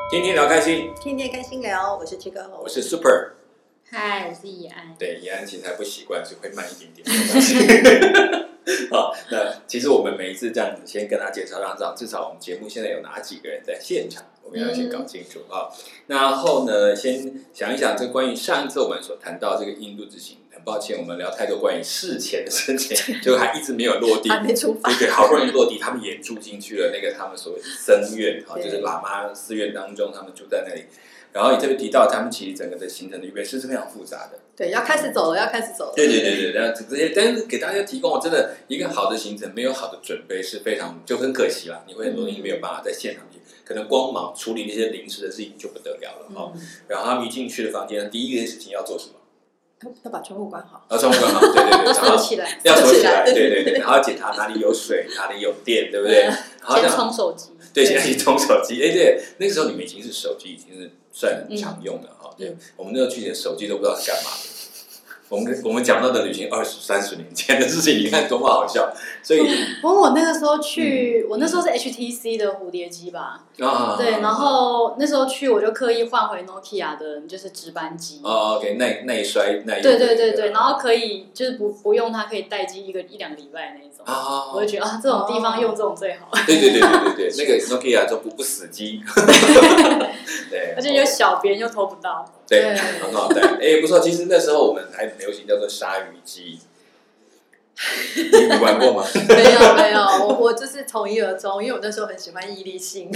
天天聊开心， 天天开心聊，我是七哥， 我是 Super。 嗨，我是怡安。 对，怡安其实还不习惯，所以会慢一点点。好，那其实我们每一次这样子，先跟大家介绍，让至少我们节目现在有哪几个人在现场，我们要先搞清楚啊。然后呢，先想一想，这关于上一次我们所谈到这个印度之行，很抱歉，我们聊太多关于事前的事情，就还一直没有落地， 还没出发。 对，好不容易落地，他们也住进去了那个他们所谓的僧院啊，就是喇嘛寺院当中，他们住在那里。然后也特别提到，他们其实整个的行程的预备是非常复杂的。 对，要开始走了，要开始走了。 对，然后这些，但是给大家提供真的一个好的行程，没有好的准备是非常就很可惜啦。你会很容易没有办法在现场去，可能光忙处理那些临时的事情就不得了了哈。然后他们一进去的房间，第一件事情要做什么？ 要把窗户关好。 窗户关好，对， 要锁起来， 要锁起来，对，然后检查哪里有水，哪里有电，对不对？ 先充手机。 对，先去充手机。对，那个时候你们已经是手机已经是算很常用的哈。对，我们那个去年手机都不知道是干嘛的。我们讲到的旅行20、30年前的事情，你看多么好笑。所以， 我那个时候去，我那时候是 HTC 的蝴蝶机吧。对，然后那时候去，我就刻意换回 Nokia 的，就是直板机。 OK， 耐摔耐用。 对，然后可以就是不用它，可以待机一两个礼拜那一种。我就觉得这种地方用这种最好。对， 那个 Nokia 就不死机。对， 而且又小，别人又偷不到。 对，很好带。不错，其实那时候我们还很流行叫做鲨鱼机。你玩过吗？ 没有，我就是从一而终，因为我那时候很喜欢毅力性。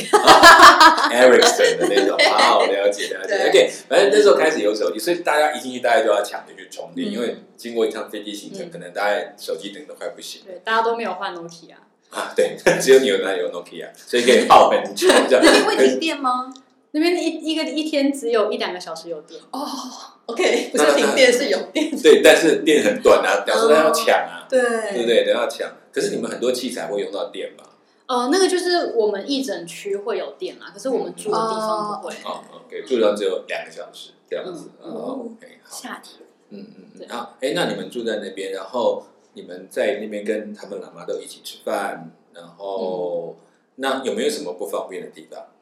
Ericsson 的那种，好了解。OK， 反正那时候开始有手机，所以大家一进去，大家就要抢着去充电，因为经过一趟飞机行程，可能大家手机等都快不行。 对，大家都没有换 Nokia。 对，只有你有Nokia， 所以可以耗很久。 那边会停电吗？ 那边一天只有1-2个小时有电。 OK， 不是停电是有电。 对，但是电很短啊，表示他要抢啊， 对不对？都要抢。可是你们很多器材会用到电吧？ 那个就是我们一整区会有电啦，可是我们住的地方不会。 OK， 住上只有2个小时这样子。OK， 好。 夏天。 好，那你们住在那边，然后你们在那边跟他们喇嘛都一起吃饭，然后那有没有什么不方便的地方？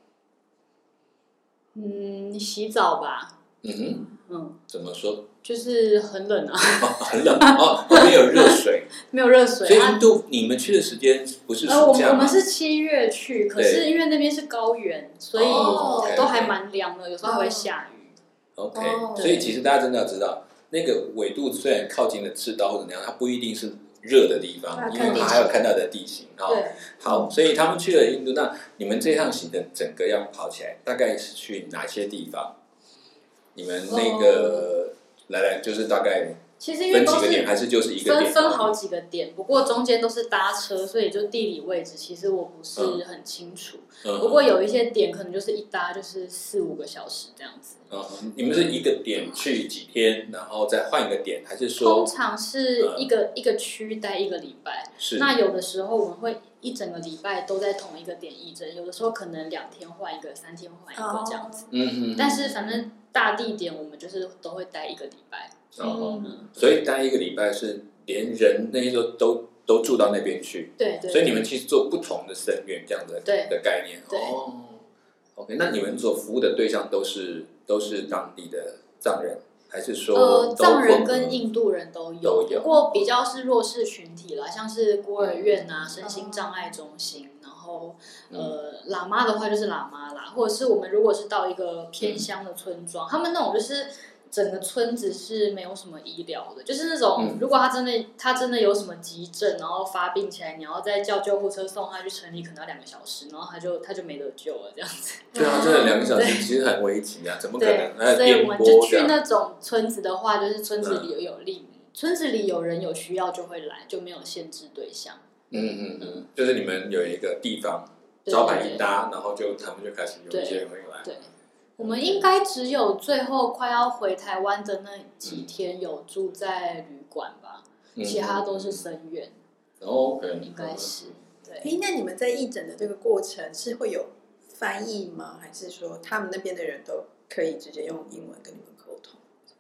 洗澡吧。 怎么说？ 就是很冷啊。 很冷没有热水。 没有热水。 所以印度你们去的时间不是暑假吗？ 我们是7月去，可是因为那边是高原，所以都还蛮凉的，有时候还会下雨。 OK， 所以其实大家真的要知道，那个纬度虽然靠近了赤道或者那样，它不一定是热的地方，因为它还有看到的地形。好，所以他们去了印度，那你们这趟行程整个要跑起来，大概是去哪些地方？你们那个来就是大概其实因为都是还是就是一个点分好几个点，不过中间都是搭车，所以就地理位置其实我不是很清楚。不过有一些点可能就是一搭就是4-5个小时这样子。 你们是一个点去几天，然后再换一个点，还是说通常是一个区待1个礼拜？ 是。 那有的时候我们会一整个礼拜都在同一个点义诊，有的时候可能2天换一个，3天换一个这样子。但是反正大地点我们就是都会待1个礼拜。 所以待1个礼拜是连人那些都住到那边去。 对。 所以你们其实做不同的僧院这样的概念。OK， 那你们所服务的对象都是当地的藏人，还是说藏人跟印度人都有？不过比较是弱势群体啦，像是孤儿院啊、身心障碍中心，然后喇嘛的话就是喇嘛啦，或者是我们如果是到一个偏乡的村庄，他们那种就是整个村子是没有什么医疗的，就是那种如果他真的有什么急症，然后发病起来，你要再叫救护车送他去城里，可能要2个小时，然后他就没得救了这样子。 对啊，真的2个小时其实很危急啊，怎么可能？ 所以我们就去那种村子的话，就是村子里村子里有人有需要就会来，就没有限制对象。 就是你们有一个地方招牌一搭，然后他们就开始有一些人会来。 对。我们应该只有最后快要回台湾的那几天有住在旅馆吧，其他都是僧院。应该是。对。 那你们在义诊的这个过程是会有翻译吗？还是说他们那边的人都可以直接用英文跟你们沟通？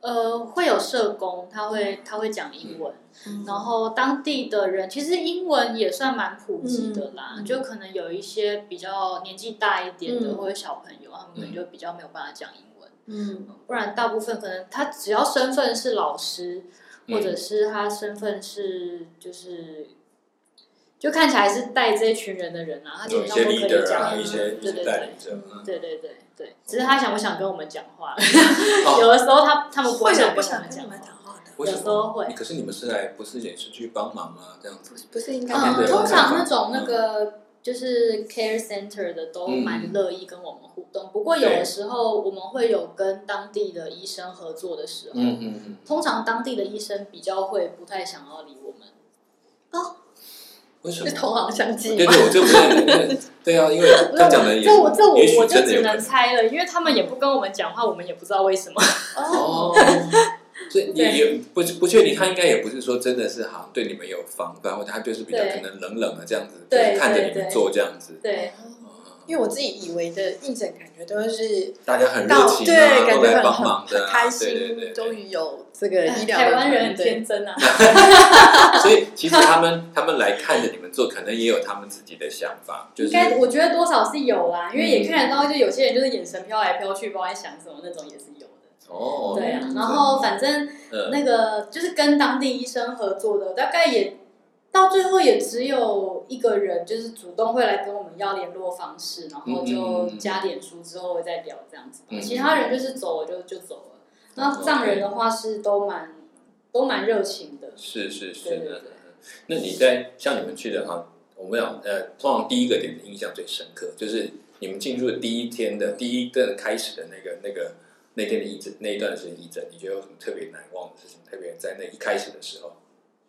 会有社工，他会讲英文，然后当地的人其实英文也算蛮普及的啦，就可能有一些比较年纪大一点的或者小朋友，他们可能就比较没有办法讲英文，不然大部分可能他只要身份是老师，或者是他身份是就看起来是带这一群人的人啊，他基本上都可以讲一些带领者， 对，只是他想不想跟我们讲话，有的时候他们不会想跟我们讲话的，有时候会。 可是你们不是也是去帮忙吗？这样子不是应该？ 通常那个就是 care center 的都蛮乐意跟我们互动，不过有的时候我们会有跟当地的医生合作的时候，通常当地的医生比较会不太想要理我们。 为什么？ 是同行相忌吗？ 对，我就不认。对啊，因为他讲的也， 我就只能猜了，因为他们也不跟我们讲话，我们也不知道为什么。 所以你也不确定，他应该也不是说真的是好像对你们有防范，或者他就是比较可能冷冷的这样子，就是看着你们做这样子。 对。 因为我自己以为的义诊感觉都是大家很热情， 对，感觉很开心，终于有这个医疗。 台湾人很天真啊， 所以其实他们来看着你们做，可能也有他们自己的想法。就是应该我觉得多少是有啦，因为也看得到，就有些人就是眼神飘来飘去，不知道在想什么那种也是有的。对啊，然后反正那个就是跟当地医生合作的，大概也。到最后也只有一个人，就是主动会来跟我们要联络方式，然后就加脸书之后会再聊这样子。其他人就是走了就走了。那藏人的话是都蛮热情的。是的。那你像你们去的话，我们讲通常第一个点的印象最深刻，就是你们进入的第一个开始的那天的义诊，那一段的时间义诊，你觉得有什么特别难忘的事情？特别在那一开始的时候，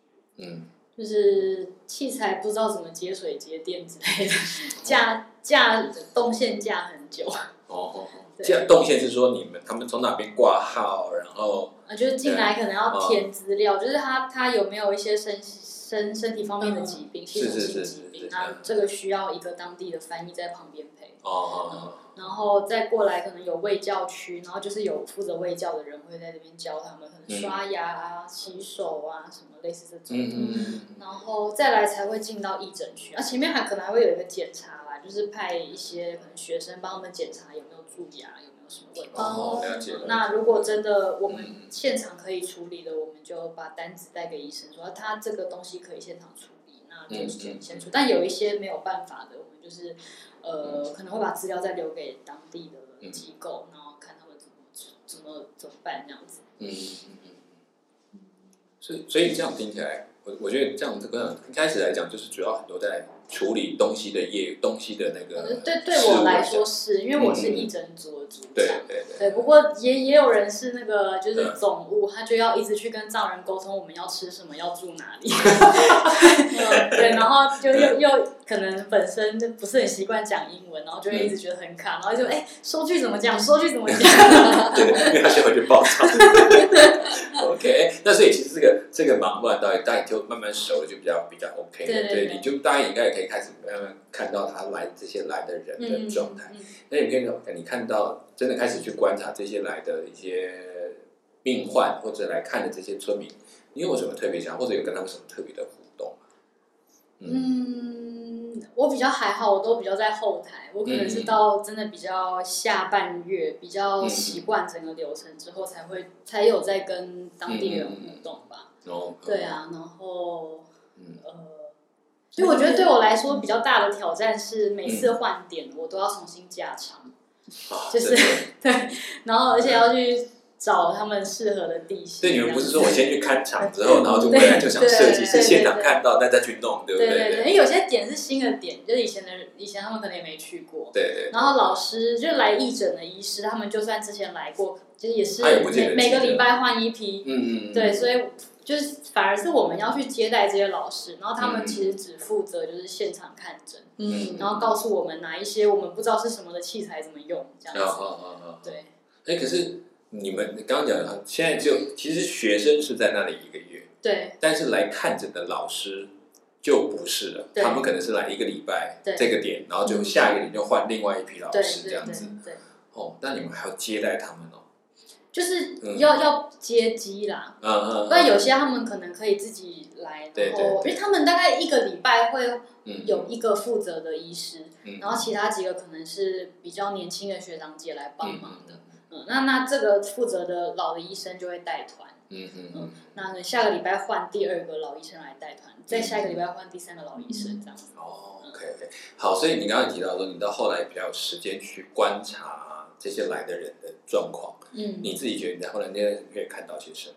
就是器材不知道怎么接水接电之类的，架动线架很久。 动线是说他们从哪边挂号，然后就是进来可能要填资料，就是他有没有一些身体方面的疾病，系统性疾病，那这个需要一个当地的翻译在旁边陪。然后再过来可能有卫教区，然后就是有负责卫教的人会在这边教他们，可能刷牙啊、洗手啊什么类似这种的。然后再来才会进到义诊区，前面可能还会有一个检查啦，就是派一些可能学生帮他们检查有没有蛀牙，有没有什么问题。 了解了。 那如果真的我们现场可以处理的，我们就把单子带给医生，说他这个东西可以现场处理，那就先处理。但有一些没有办法的，我们就是可能会把资料再留给当地的机构，然后看他们怎么办这样子。 所以这样听起来，我觉得这样一开始来讲，就是主要很多在处理东西的那个。 对我来说是因为我是义诊组的组长。 对。 不过也有人是那个就是总务，他就要一直去跟藏人沟通我们要吃什么，要住哪里。对，然后就又可能本身就不是很习惯讲英文，然后就会一直觉得很卡，然后就收据怎么讲，收据怎么讲。 对，因为他先回去报账。OK， 那所以其实这个忙乱大家就慢慢熟了，就比较 OK 了。对，你就大家应该也可以开始慢慢看到他这些来的人的状态。那你看到真的开始去观察这些来的一些病患或者来看的这些村民，你有什么特别想，或者有跟他们什么特别的互动吗？ 我比较还好，我都比较在后台，我可能是到真的比较下半月，比较习惯整个流程之后，才有在跟当地人互动吧。对啊，然后所以我觉得对我来说比较大的挑战是每次换点我都要重新加长，就是对，然后而且要去找他们适合的地形。 对，你们不是说我先去看场之后，然后就回来就想设计，是现场看到再去弄，对不对？ 对，因为有些点是新的点，就是以前他们可能也没去过。 对。 然后老师就来义诊的医师，他们就算之前来过，就是也是每个礼拜换一批。对，所以就是反而是我们要去接待这些老师，然后他们其实只负责就是现场看诊，然后告诉我们哪一些我们不知道是什么的器材怎么用，这样子。 对。可是你们刚刚讲的，现在其实学生是在那里1个月， 对， 但是来看诊的老师就不是了，他们可能是来1个礼拜这个点，然后就下一个点就换另外一批老师这样子。 对。 那你们还要接待他们哦。 就是要接机啦，不然有些他们可能可以自己来，然后因为他们大概1个礼拜会有一个负责的医师，然后其他几个可能是比较年轻的学长姐来帮忙的。那这个负责的老的医生就会带团，那下个礼拜换第2个老医生来带团，再下一个礼拜换第3个老医生这样子。 OK， 好，所以你刚刚提到说，你到后来比较有时间去观察这些来的人的状况，你自己觉得你在后来那段可以看到些什么？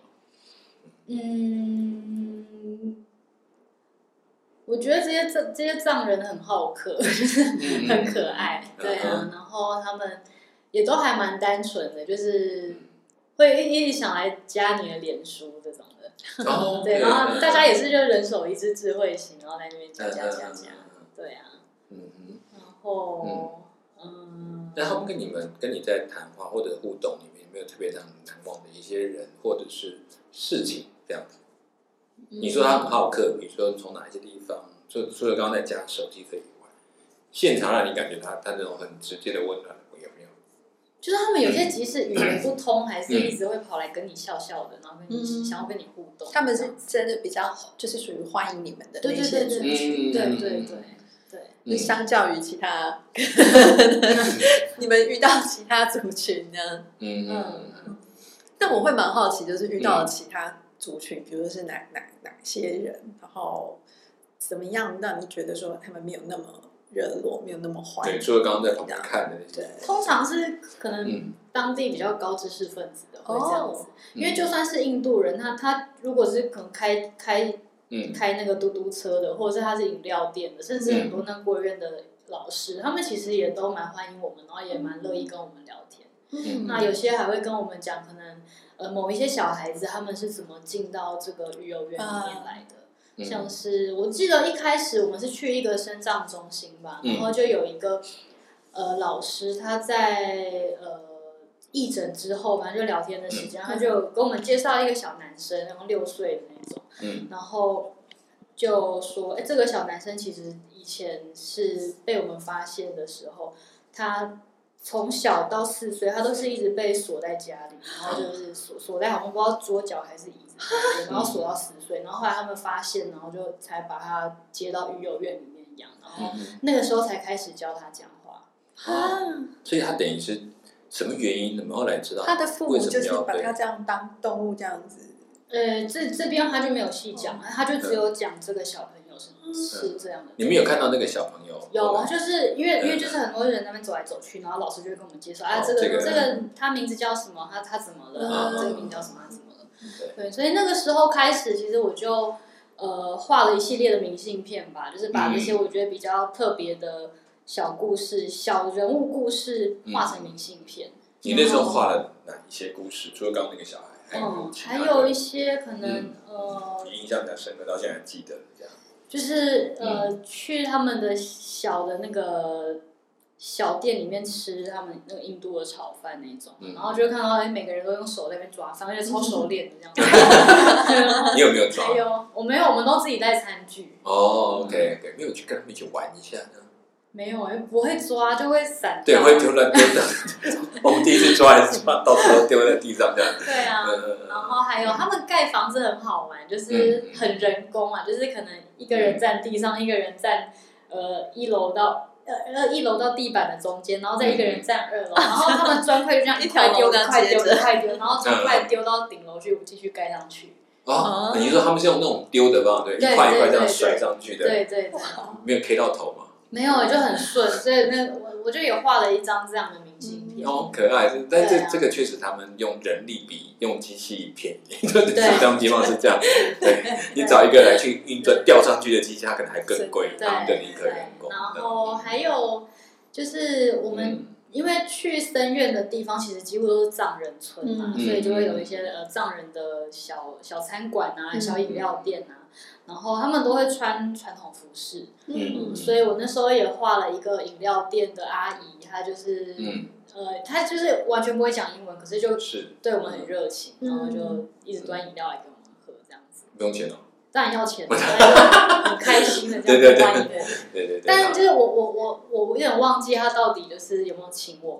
我觉得这些藏人很好客，就是很可爱，对啊，然后他们也都还蛮单纯的，就是会一直想来加你的脸书这种的，对，然后大家也是就人手一支智慧型，然后在那边加，对啊，然后那他们跟你在谈话或者互动里面，有没有特别让你难忘的一些人或者是事情这样子？你说他很好客，比如说从哪一些地方，除了刚刚在讲手机这以外，现场让你感觉他那种很直接的温暖，有没有？ 就是他们有些即使语言不通，还是一直会跑来跟你笑笑的，然后想要跟你互动。 他们是真的比较就是属于欢迎你们的那些族群，对，就相较于其他，你们遇到其他族群呢？但我会蛮好奇，就是遇到了其他族群，比如说是哪些人，然后怎么样让你觉得说他们没有那么热络，没有那么欢迎？ 对，除了刚刚在旁边看的那些， 通常是可能当地比较高知识分子的会这样子，因为就算是印度人，他如果是可能开那个嘟嘟车的，或者是他是饮料店的，甚至很多那孤儿院的老师，他们其实也都蛮欢迎我们，然后也蛮乐意跟我们聊天。那有些还会跟我们讲，可能某一些小孩子他们是怎么进到这个育幼院里面来的。像是我记得一开始我们是去一个生长中心吧，然后就有一个老师，他在义诊之后，反正就聊天的时间，他就跟我们介绍一个小男生，然后6岁的那种，然后就说，这个小男生其实以前是被我们发现的时候，他从小到4岁，他都是一直被锁在家里，然后就是锁在好像不知道桌角还是椅子上面，然后锁到4岁，然后后来他们发现，然后就才把他接到育幼院里面养，然后那个时候才开始教他讲话。 所以他等于是什么原因？你们后来知道他的父母就是把他这样当动物这样子。 这边他就没有细讲，他就只有讲这个小朋友是这样的。 你们有看到那个小朋友？ 有，就是因为就是很多人在那边走来走去，然后老师就会跟我们介绍，这个他名字叫什么？他怎么了？这个名字叫什么？他怎么了？对，所以那个时候开始，其实我就画了一系列的明信片吧，就是把这些我觉得比较特别的小故事、小人物故事画成明信片。 你那时候画了哪一些故事？除了刚刚那个小孩？ 还有一些可能你印象比较深刻，到现在还记得这样。 就是去他们的小的那个小店里面吃他们那个印度的炒饭那种，然后就会看到每个人都用手在那边抓饭，而且超熟练的这样子。 你有没有抓？ 我没有，我们都自己带餐具。 OK， 没有去跟他们一起玩一下呢？ 没有，不会抓就会散掉。 对，会丢乱丢的。我们第一次抓还是把到处都丢在地上这样。 对啊，然后还有他们盖房子很好玩，就是很人工啊，就是可能一个人站地上，一个人站1楼到地板的中间，然后再一个人站2楼，然后他们砖块就这样一块丢，一块丢，然后砖块丢到顶楼去继续盖上去。 你说他们是用那种丢的方法，对，一块一块这样甩上去的。 对。 没有 K 到头吗？ 没有，就很顺，所以我就有画了一张这样的明信片。 可爱，但这个确实他们用人力比用机器便宜，这样地方是这样。对，你找一个来去运转吊上去的机器，它可能还更贵，他们的立刻人工。 然后还有就是我们因为去僧院的地方，其实几乎都是藏人村嘛，所以就会有一些藏人的小餐馆啊、小饮料店啊。然后他们都会穿传统服饰，所以我那时候也画了一个饮料店的阿姨，她就是她就是完全不会讲英文，可是就对我们很热情，然后就一直端饮料来给我们喝这样子。 不用钱哦？ 当然要钱，很开心的这样欢迎的。 对。 但是就是我有点忘记他到底就是有没有请我们啦，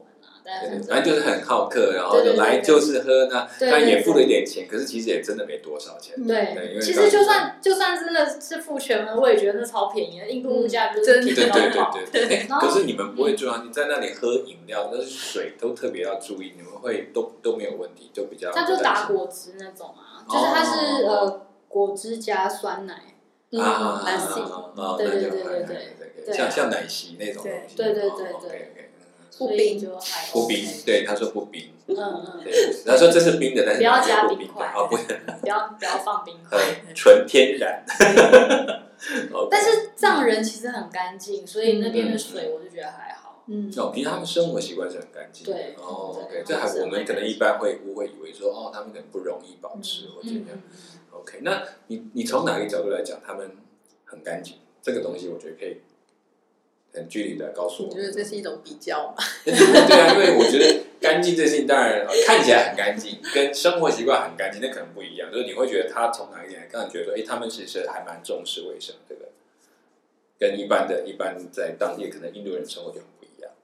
对， 反正就是很好客，然后就来就是喝，那当然也付了一点钱，可是其实也真的没多少钱。 对，其实就算真的是付全了，我也觉得那超便宜的，印度物价就是便宜到爆。 对。可是你们不会注意，你在那里喝饮料，那是水都特别要注意，你们会都没有问题，就比较。 它就打果汁那种啊，就是它是果汁加酸奶。 奶昔。 对， 像奶昔那种东西。 对。 不冰就还 OK。 不冰，对，他说不冰。 对， 他说这是冰的，但是不要加冰冰块。不要放冰块。 纯天然。 但是藏人其实很干净，所以那边的水我就觉得还好。 平常他们生活习惯是很干净的。 对。 OK， 这还我们可能一般会误会以为说他们可能不容易保持或怎样。OK， 那你从哪个角度来讲他们很干净？这个东西我觉得可以很具体的告诉我。 你觉得这是一种比较吗？ 对啊，因为我觉得干净这事情当然看起来很干净，跟生活习惯很干净那可能不一样。就是你会觉得他从哪一点来看，觉得说，他们其实还蛮重视卫生这个，跟一般在当地可能印度人生活就很不一样。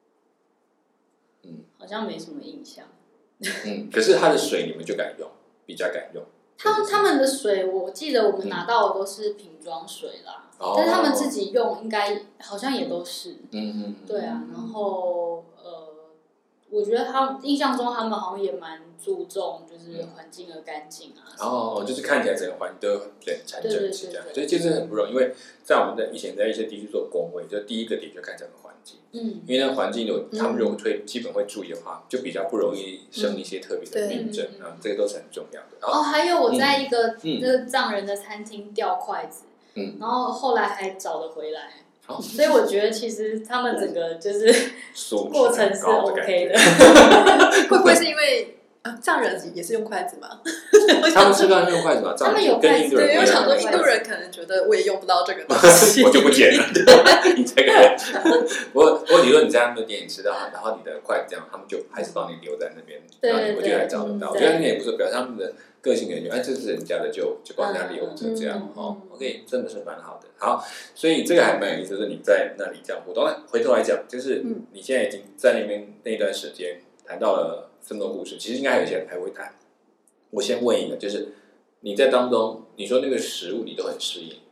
好像没什么印象。 可是他的水你们就敢用，比较敢用。 他们的水，我记得我们拿到的都是瓶装水啦，但是他们自己用应该好像也都是。对啊，然后我觉得印象中他们好像也蛮注重就是环境的干净啊。 就是看起来整个环境都很整齐这样，所以其实很不容易，因为在我们以前在一些地区做工位，就第一个点就看整个环境。因为那个环境他们如果基本会注意的话，就比较不容易生一些特别的病症这个都是很重要的。 还有我在一个藏人的餐厅掉筷子，然后后来还找得回来。所以我觉得其实他们整个就是过程是 OK 的。 会不会是因为藏人也是用筷子吗？ 他们吃饭用筷子吗？ 他们有筷子。 对，我想说印度人可能觉得我也用不到这个东西， 我就不捡了。你这个人，不过你说你在他们的店里吃到，然后你的筷子这样，他们就还是帮你留在那边，然后你回去还找得到。我觉得那也不是表示他们的个性人员，这是人家的就帮人家留着这样。OK， 真的是蛮好的。好，所以这个还蛮有意思，就是你在那里这样互动。回头来讲，就是你现在已经在那边那一段时间谈到了这么多故事，其实应该有些人还会谈。我先问一个，就是你在当中，你说那个食物你都很适应。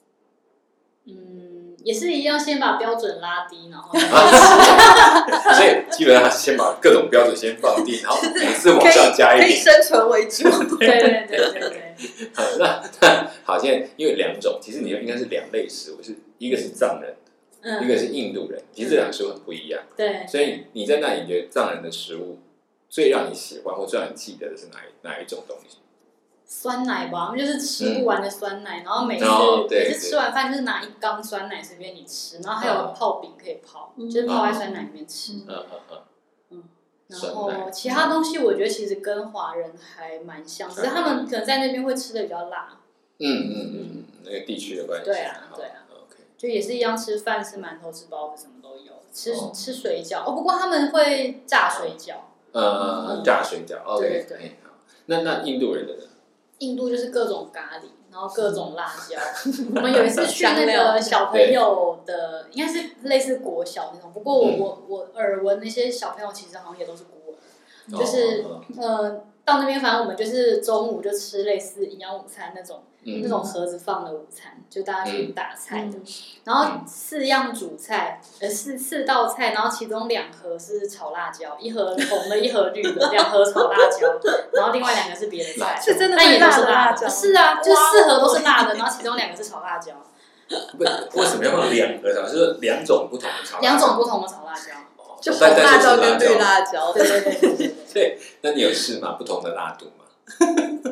也是一样，先把标准拉低，然后所以基本上先把各种标准先放低，然后每次往上加一点， 可以生存为主。 对。 那好，现在因为两种，其实你应该是两类食物，一个是藏人，一个是印度人，其实这两个食物很不一样。 对， 所以你在那里觉得藏人的食物最让你喜欢或最让你记得的是哪一种东西？ 酸奶吧，就是吃不完的酸奶，然后每次吃完饭就是拿一缸酸奶随便你吃，然后还有泡饼可以泡，就是泡在酸奶里面吃。然后其他东西我觉得其实跟华人还蛮像，只是他们可能在那边会吃的比较辣。 那个地区的关系。 对啊。OK， 就也是一样，吃饭吃馒头吃包子什么都有，吃水饺不过他们会炸水饺。 炸水饺。OK， 对。 好，那印度人的呢？ 印度就是各种咖喱，然后各种辣椒。我们有一次去那个小朋友的，应该是类似国小那种，不过我耳闻那些小朋友其实好像也都是孤儿，就是到那边反正我们就是中午就吃类似营养午餐那种盒子放的午餐，就大家去打菜的，然后4样主菜，4道菜，然后其中2盒是炒辣椒，一盒红的，一盒绿的，2盒炒辣椒，然后另外2个是别的菜， 是真的但也都是辣椒。 是啊，就4盒都是辣的，然后其中2个是炒辣椒。 为什么要放2盒？就是2种不同的炒辣椒。 2种不同的炒辣椒。 就红辣椒跟绿辣椒。 对。 对，那你有试吗？不同的辣度吗？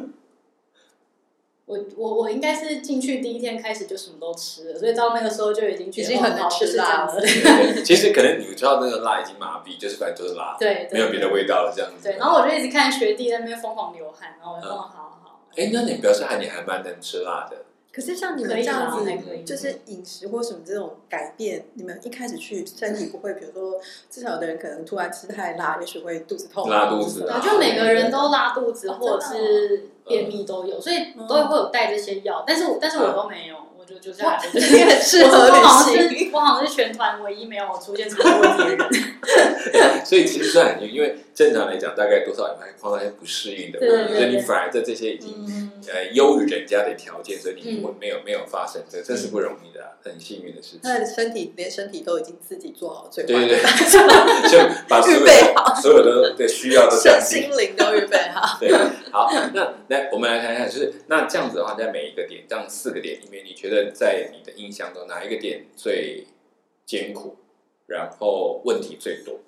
我应该是进去第一天开始就什么都吃了，所以到那个时候就已经很能吃辣了。 其实可能你知道那个辣已经麻痹，就是反正都是辣， 对， 没有别的味道了这样子。 对，然后我就一直看学弟在那边疯狂流汗，然后我就好。 那你表示你还蛮能吃辣的。 可是像你们这样子，就是饮食或什么这种改变，你们一开始去身体不会，比如说至少有的人可能突然吃太辣，也许会肚子痛、 拉肚子。 就每个人都拉肚子或者是便秘都有，所以都会有带这些药，但是我都没有，我就这样， 你很适合旅行。 我好像是全团唯一没有出现这个问题的人。 所以其实算因为正常来讲，大概多少也会碰到一些不适应的问题，所以你反而在这些已经优于人家的条件，所以你没有发生，这是不容易的，很幸运的事情。 他的连身体都已经自己做好最坏的，对，就把预备好所有的需要的身心灵都预备好。 对，好，那来我们来看看，就是那这样子的话，在每一个点，这样4个点里面，你觉得在你的印象中哪一个点最艰苦，然后问题最多？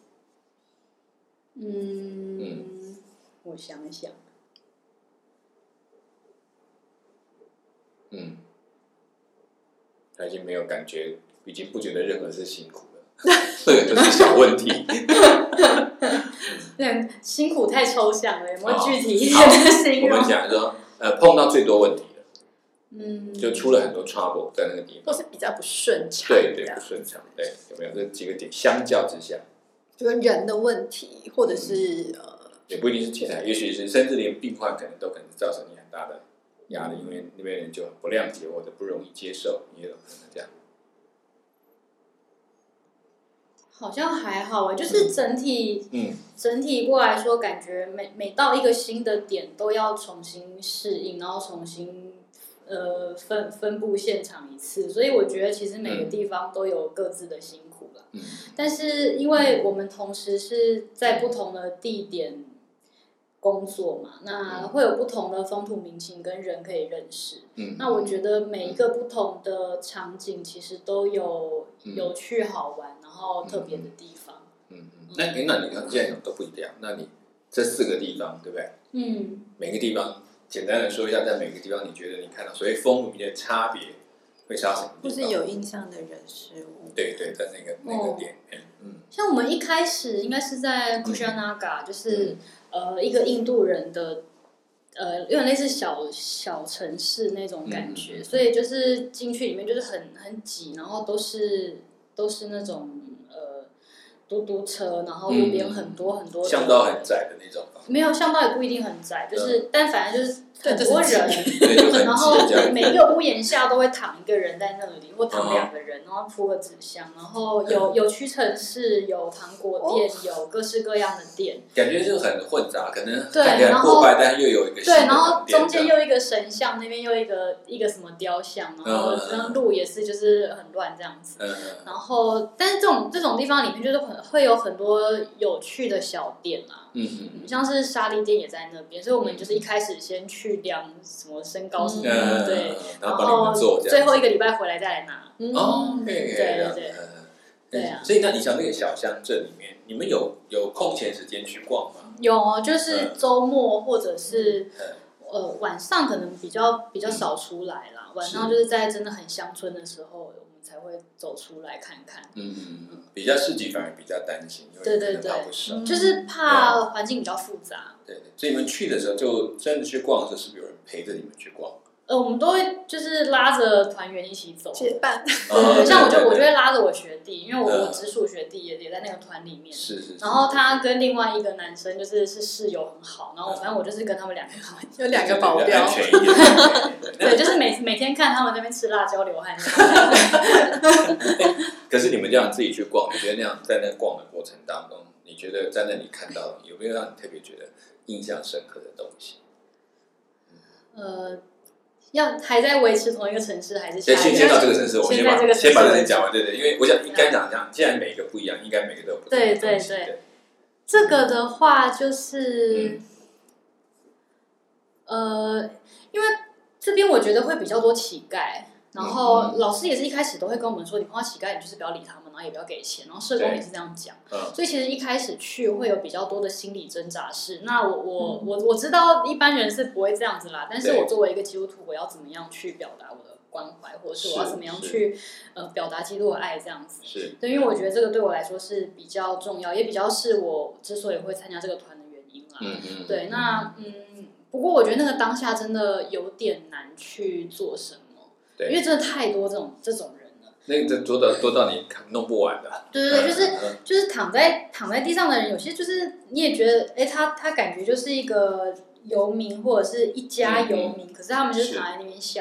我想一想。 他已经没有感觉，已经不觉得任何是辛苦了，这个就是小问题。 辛苦太抽象了，有没有具体一点的形容？ 我们讲说，碰到最多问题了，就出了很多 trouble 在那个地方， 或是比较不顺畅， 对，不顺畅，对，有没有这几个点相较之下， 就是人的问题，或者是也不一定是其他，也许是甚至连病患可能都可能造成你很大的压力，因为那边人就很不谅解或者不容易接受，也有可能这样。 好像还好就是整体过来说，感觉每到一个新的点都要重新适应，然后重新分布现场一次，所以我觉得其实每个地方都有各自的辛苦啦。但是因为我们同时是在不同的地点工作嘛，那会有不同的风土民情跟人可以认识。那我觉得每一个不同的场景其实都有有趣好玩，然后特别的地方。 那你看现在都不一样，那你这4个地方对不对？每个地方简单的说一下，在每个地方你觉得你看到所谓风土民情的差别会差什么地方？ 或是有印象的人事物。 对，在那个点。 像我们一开始应该是在 Kushanaga， 就是一个印度人的有点类似小城市那种感觉，所以就是进去里面就是很挤，然后都是那种嘟嘟车，然后路边很多巷道很窄的那种。 没有巷道也不一定很窄，就是但反正就是很多人，然后每一个屋檐下都会躺一个人在那里，或躺2个人，然后铺个纸箱，然后有屈臣氏，有糖果店，有各式各样的店， 感觉就很混杂，可能对， 然后破败，但又有一个对，然后中间又一个神像，那边又一个什么雕像，然后路也是就是很乱这样子，然后但是这种地方里面就是会有很多有趣的小店啦。像是沙粒店也在那边，所以我们就是一开始先去量什么身高什么的，对，然后最后1个礼拜回来再来拿。对啊。 所以那你想那个小乡镇里面，你们有空闲时间去逛吗？ 有，就是周末或者是晚上可能比较少出来啦，晚上就是在真的很乡村的时候。才会走出来看看。 比较市集反而比较担心，因为可能跑不熟， 就是怕环境比较复杂。 对，所以你们去的时候就真的去逛的时候，是不是有人陪着你们去逛？ 我们都会就是拉着团员一起走， 结伴。 像我就会拉着我学弟，因为我直属学弟也在那个团里面。 是。 然后他跟另外一个男生是室友很好，然后反正我就是跟他们2个有2个保镖， 安全一点。 对，就是每天看他们那边吃辣椒流汗。 可是你们这样自己去逛，你觉得那样在那逛的过程当中，你觉得在那里看到有没有让你特别觉得印象深刻的东西？ 还在维持同一个城市，还是下一个？ 先到这个城市，我先把这里讲完。对，因为我想应该讲这样，既然每一个不一样，应该每个都有不同的东西。对， 这个的话就是，因为这边我觉得会比较多乞丐，然后老师也是一开始都会跟我们说，你碰到乞丐，你就是不要理他们，然后也不要给钱，然后社工也是这样讲。所以其实一开始去会有比较多的心理挣扎是，那我知道一般人是不会这样子啦，但是我作为一个基督徒，我要怎么样去表达我的关怀，或者是我要怎么样去表达基督的爱这样子。 是， 对，因为我觉得这个对我来说是比较重要，也比较是我之所以会参加这个团的原因啦。对，那不过我觉得那个当下真的有点难去做什么。因为真的太多这种人了， 那个多到你弄不完的。 对，就是躺在地上的人，有些就是你也觉得，他感觉就是一个游民或者是一家游民，可是他们就是躺在那边笑。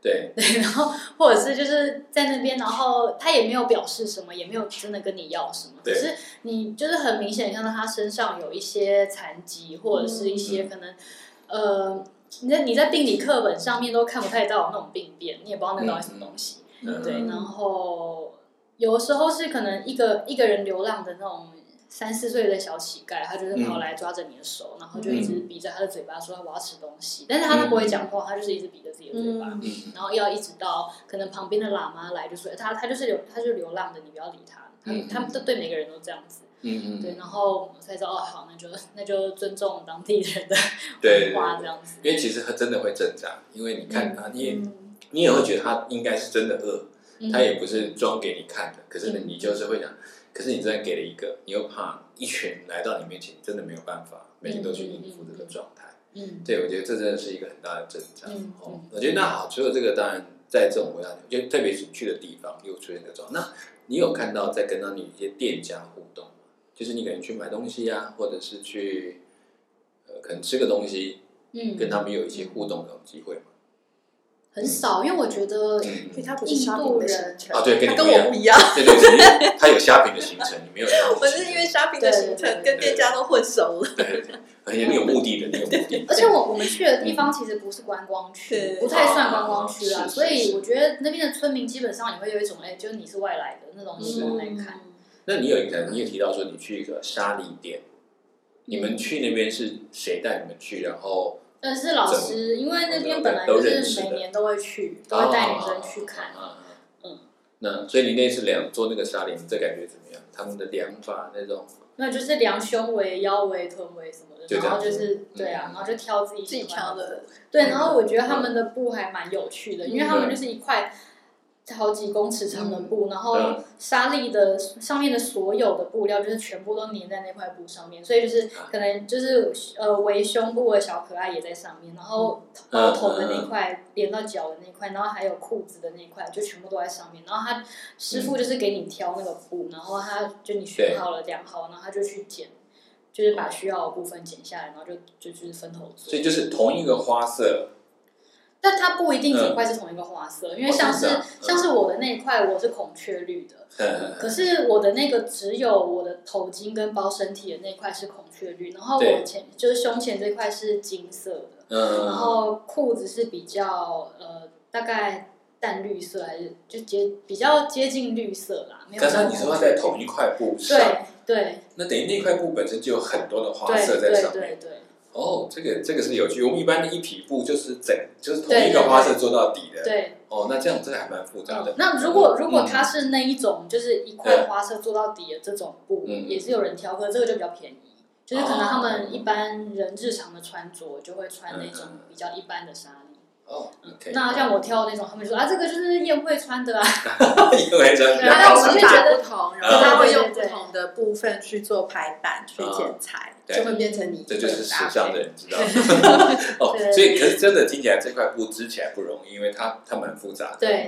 对， 然后或者是就是在那边，然后他也没有表示什么，也没有真的跟你要什么，可是你就是很明显看到他身上有一些残疾，或者是一些可能你在病理课本上面都看不太到那种病变，你也不知道那到底什么东西。对，然后有时候是可能一个人流浪的那种3-4岁的小乞丐，他就是跑来抓着你的手，然后就一直比着他的嘴巴说我要吃东西，但是他不会讲话，他就是一直比着自己的嘴巴，然后要一直到可能旁边的喇嘛来就说他就是流浪的，你不要理他，他们都对每个人都这样子。对，然后我才知道好，那就尊重当地人的文化这样子。 因为其实他真的会挣扎，因为你看他，你也会觉得他应该是真的饿，他也不是装给你看的。可是呢，你就是会想，可是你真的给了一个，你又怕一群人来到你面前，真的没有办法，每天都去应付这个状态。对，我觉得这真的是一个很大的挣扎。我觉得那好，除了这个，当然在这种国家，就特别是去的地方又出现这种，那你有看到在跟到你一些店家互动？就是你可能去买东西啊，或者是去可能吃个东西，跟他们有一些互动的机会吗？ 很少，因为我觉得他不是虾饼的行程啊，对， 他跟我不一样。 对，他有虾饼的行程，你没有。 我是因为虾饼的行程跟店家都混熟了。 对，而且你有目的的，你有目的。 而且我们去的地方其实不是观光区，不太算观光区啦，所以我觉得那边的村民基本上也会有一种就是你是外来的那种眼光来看。 那你也提到说你去一个沙梨店，你们去那边是谁带你们去？然后是老师，因为那边本来就是每年都会去，都会带女生去看。 那所以你那次做那个沙梨，你这感觉怎么样？他们的量法那种？ 那就是量胸围、腰围、臀围什么的，然后就是对啊，然后就挑自己挑的。 对，然后我觉得他们的布还蛮有趣的，因为他们就是一块好几公尺长的布，然后沙粒的上面的所有的布料就是全部都粘在那块布上面，所以就是可能就是围胸部的小可爱也在上面，然后头的那块连到脚的那块，然后还有裤子的那块就全部都在上面，然后他师傅就是给你挑那个布，然后你选好了量好，然后他就去剪，就是把需要的部分剪下来，然后就是分头做， 所以就是同一个花色。 但它不一定整块是同一个花色，因为像是我的那一块我是孔雀绿的，可是我的那个只有我的头巾跟包身体的那块是孔雀绿，然后我就是胸前这块是金色的，然后裤子是比较大概淡绿色还是就比较接近绿色啦。 但是你说它在同一块布上， 对， 那等于那块布本身就有很多的花色在上面。 对。 哦，这个是有趣。我们一般的一匹布就是同一个花色做到底的。 对。 哦，那这样还蛮复杂的。 那如果它是那一种就是一块花色做到底的这种布，也是有人挑，可是这个就比较便宜，就是可能他们一般人日常的穿着就会穿那种比较一般的纱丽。那像我挑的那种，他们就说这个就是宴会穿的啊。 宴会穿的。 但我们打不同，然后他会用不同的部分去做排版、去剪裁，就会变成你。 这就是时尚的人知道。所以可是真的听起来这块布织起来不容易，因为它蛮复杂的。 对。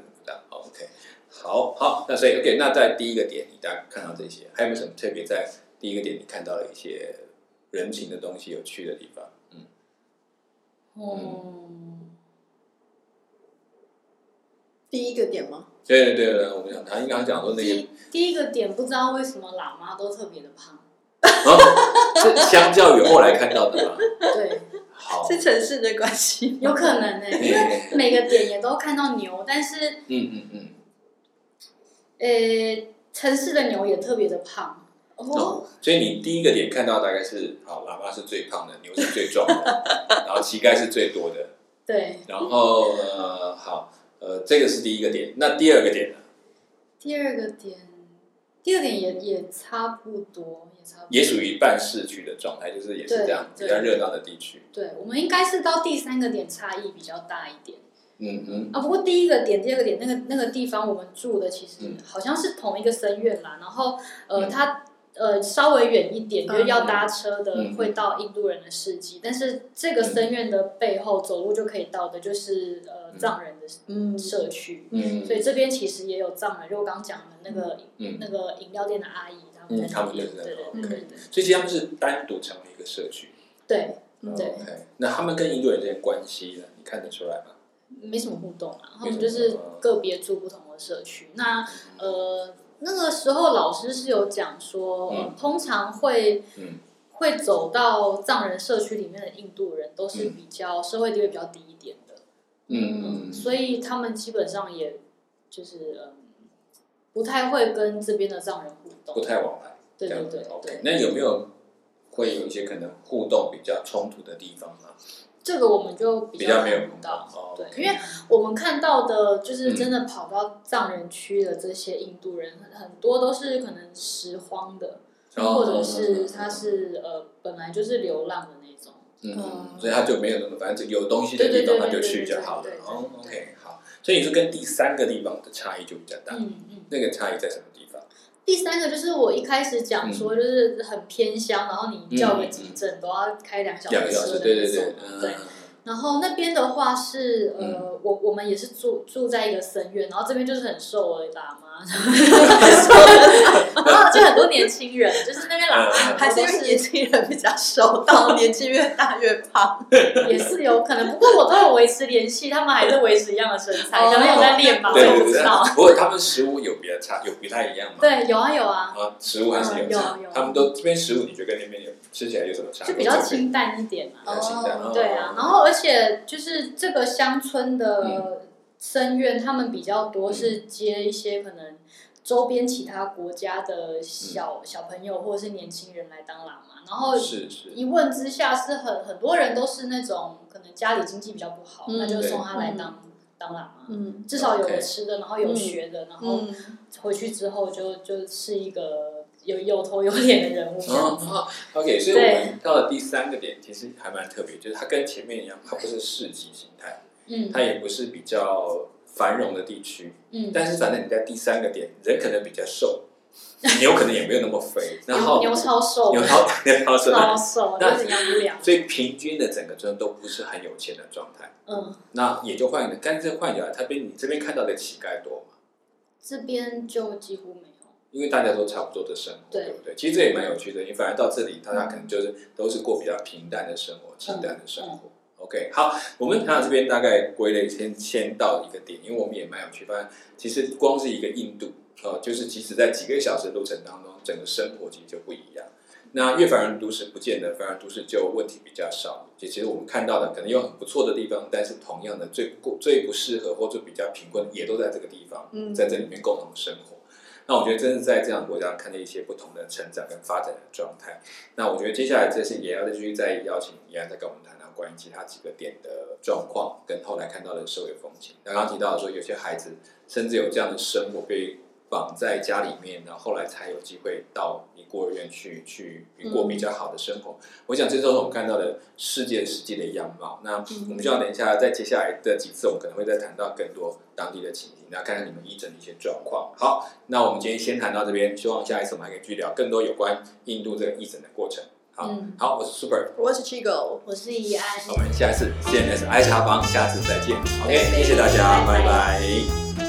OK， 好，那所以 OK， 那在第一个点你大家看到这些，还有没有什么特别在第一个点你看到了一些人情的东西、有趣的地方？ 第一个点吗？ 对，我们讲他应该讲说那个第一个点，不知道为什么喇嘛都特别的胖。 是相较于后来看到的吗？ 对， 好， 是城市的关系， 有可能因为每个点也都看到牛，但是城市的牛也特别的胖。 所以你第一个点看到大概是喇嘛是最胖的，牛是最壮的，然后乞丐是最多的。 对。 然后这个是第一个点，那第二个点呢？ 第二个点也差不多， 也属于半市区的状态，就是也是这样比较热闹的地区。 对，我们应该是到第三个点差异比较大一点。不过第一个点、第二个点那个地方我们住的其实好像是同一个僧院啦，然后它稍微远一点，就是要搭车的会到印度人的市集，但是这个僧院的背后走路就可以到的，就是藏人的社区，所以这边其实也有藏人，就我刚刚讲的那个饮料店的阿姨， 他们就是OK，所以其实他们是单独成为一个社区。 对。 那他们跟印度人之间关系呢？你看得出来吗？ 没什么互动啊，他们就是个别住不同的社区。那那个时候老师是有讲说，通常会走到藏人社区里面的印度人，都是比较社会地位比较低一点的，所以他们基本上也就是不太会跟这边的藏人互动， 不太往来。 对对对。 OK， 那有没有会有一些可能互动比较冲突的地方呢？ 这个我们就比较没有碰到，对，因为我们看到的就是真的跑到藏人区的这些印度人，很多都是可能拾荒的，或者是他是本来就是流浪的那种， 所以他就没有那么，反正有东西的地方他就去就好了。OK， 好，所以你说跟第三个地方的差异就比较大，那个差异在什么地方？ 第三个就是我一开始讲说，就是很偏乡，然后你叫个急诊都要开2小时车的那种，对。然后那边的话是我们也是住在一个僧院，然后这边就是很瘦的喇嘛，然后就很多年轻人，就是那边喇嘛还是因为年轻人比较瘦，到年纪越大越胖， 也是有可能。不过我都有维持联系，他们还是维持一样的身材，可能有在练吧，我不知道。 不过他们食物有比较差，有不太一样吗？ 对，有啊。 食物还是有差。他们都这边食物，你觉得跟那边吃起来有什么差？ 就比较清淡一点嘛。对啊，然后而且就是这个乡村的僧院，他们比较多是接一些可能周边其他国家的小朋友或者是年轻人来当喇嘛，然后一问之下是很多人都是那种可能家里经济比较不好，那就送他来当喇嘛，至少有吃的，然后有学的，然后回去之后就是一个有头有脸的人物。 OK， 所以我们到了第三个点，其实还蛮特别，就是它跟前面一样，它不是市集形态，它也不是比较繁荣的地区，但是反正你在第三个点，人可能比较瘦，牛可能也没有那么肥，然后牛超瘦， 牛超瘦，就是养不了。 所以平均的整个村都不是很有钱的状态。那也就干脆换下来，你这边看到的乞丐多吗？这边就几乎没有。 因为大家都差不多的生活，对不对？其实这也蛮有趣的，因为反而到这里，大家可能都是过比较平淡的生活，清淡的生活。OK， 好，我们谈到这边大概归类先到一个点，因为我们也蛮有趣，发现其实光是一个印度，就是即使在几个小时的路程当中，整个生活其实就不一样。那越繁荣都市不见得繁荣都市就问题比较少，其实我们看到的可能有很不错的地方，但是同样的最不适合或者比较贫困，也都在这个地方，在这里面共同生活。那我觉得真是在这样的国家看见一些不同的成长跟发展的状态。那我觉得接下来这是也要继续再邀请怡安再跟我们谈谈关于其他几个点的状况，跟后来看到的社会风情。刚刚提到说有些孩子甚至有这样的生活被绑在家里面，然后后来才有机会到孤儿院去过比较好的生活。我想这都是我们看到的世界实际的样貌。那我们就要等一下，在接下来的几次，我们可能会再谈到更多当地的情形，那看看你们医诊的一些状况。好，那我们今天先谈到这边，希望下一次我们还可以继续聊更多有关印度这个医诊的过程。好，我是 Super， 我是 Chigo， 我是怡安， 我们下次 CNS 爱茶坊，下次再见。OK， 谢谢大家，拜拜。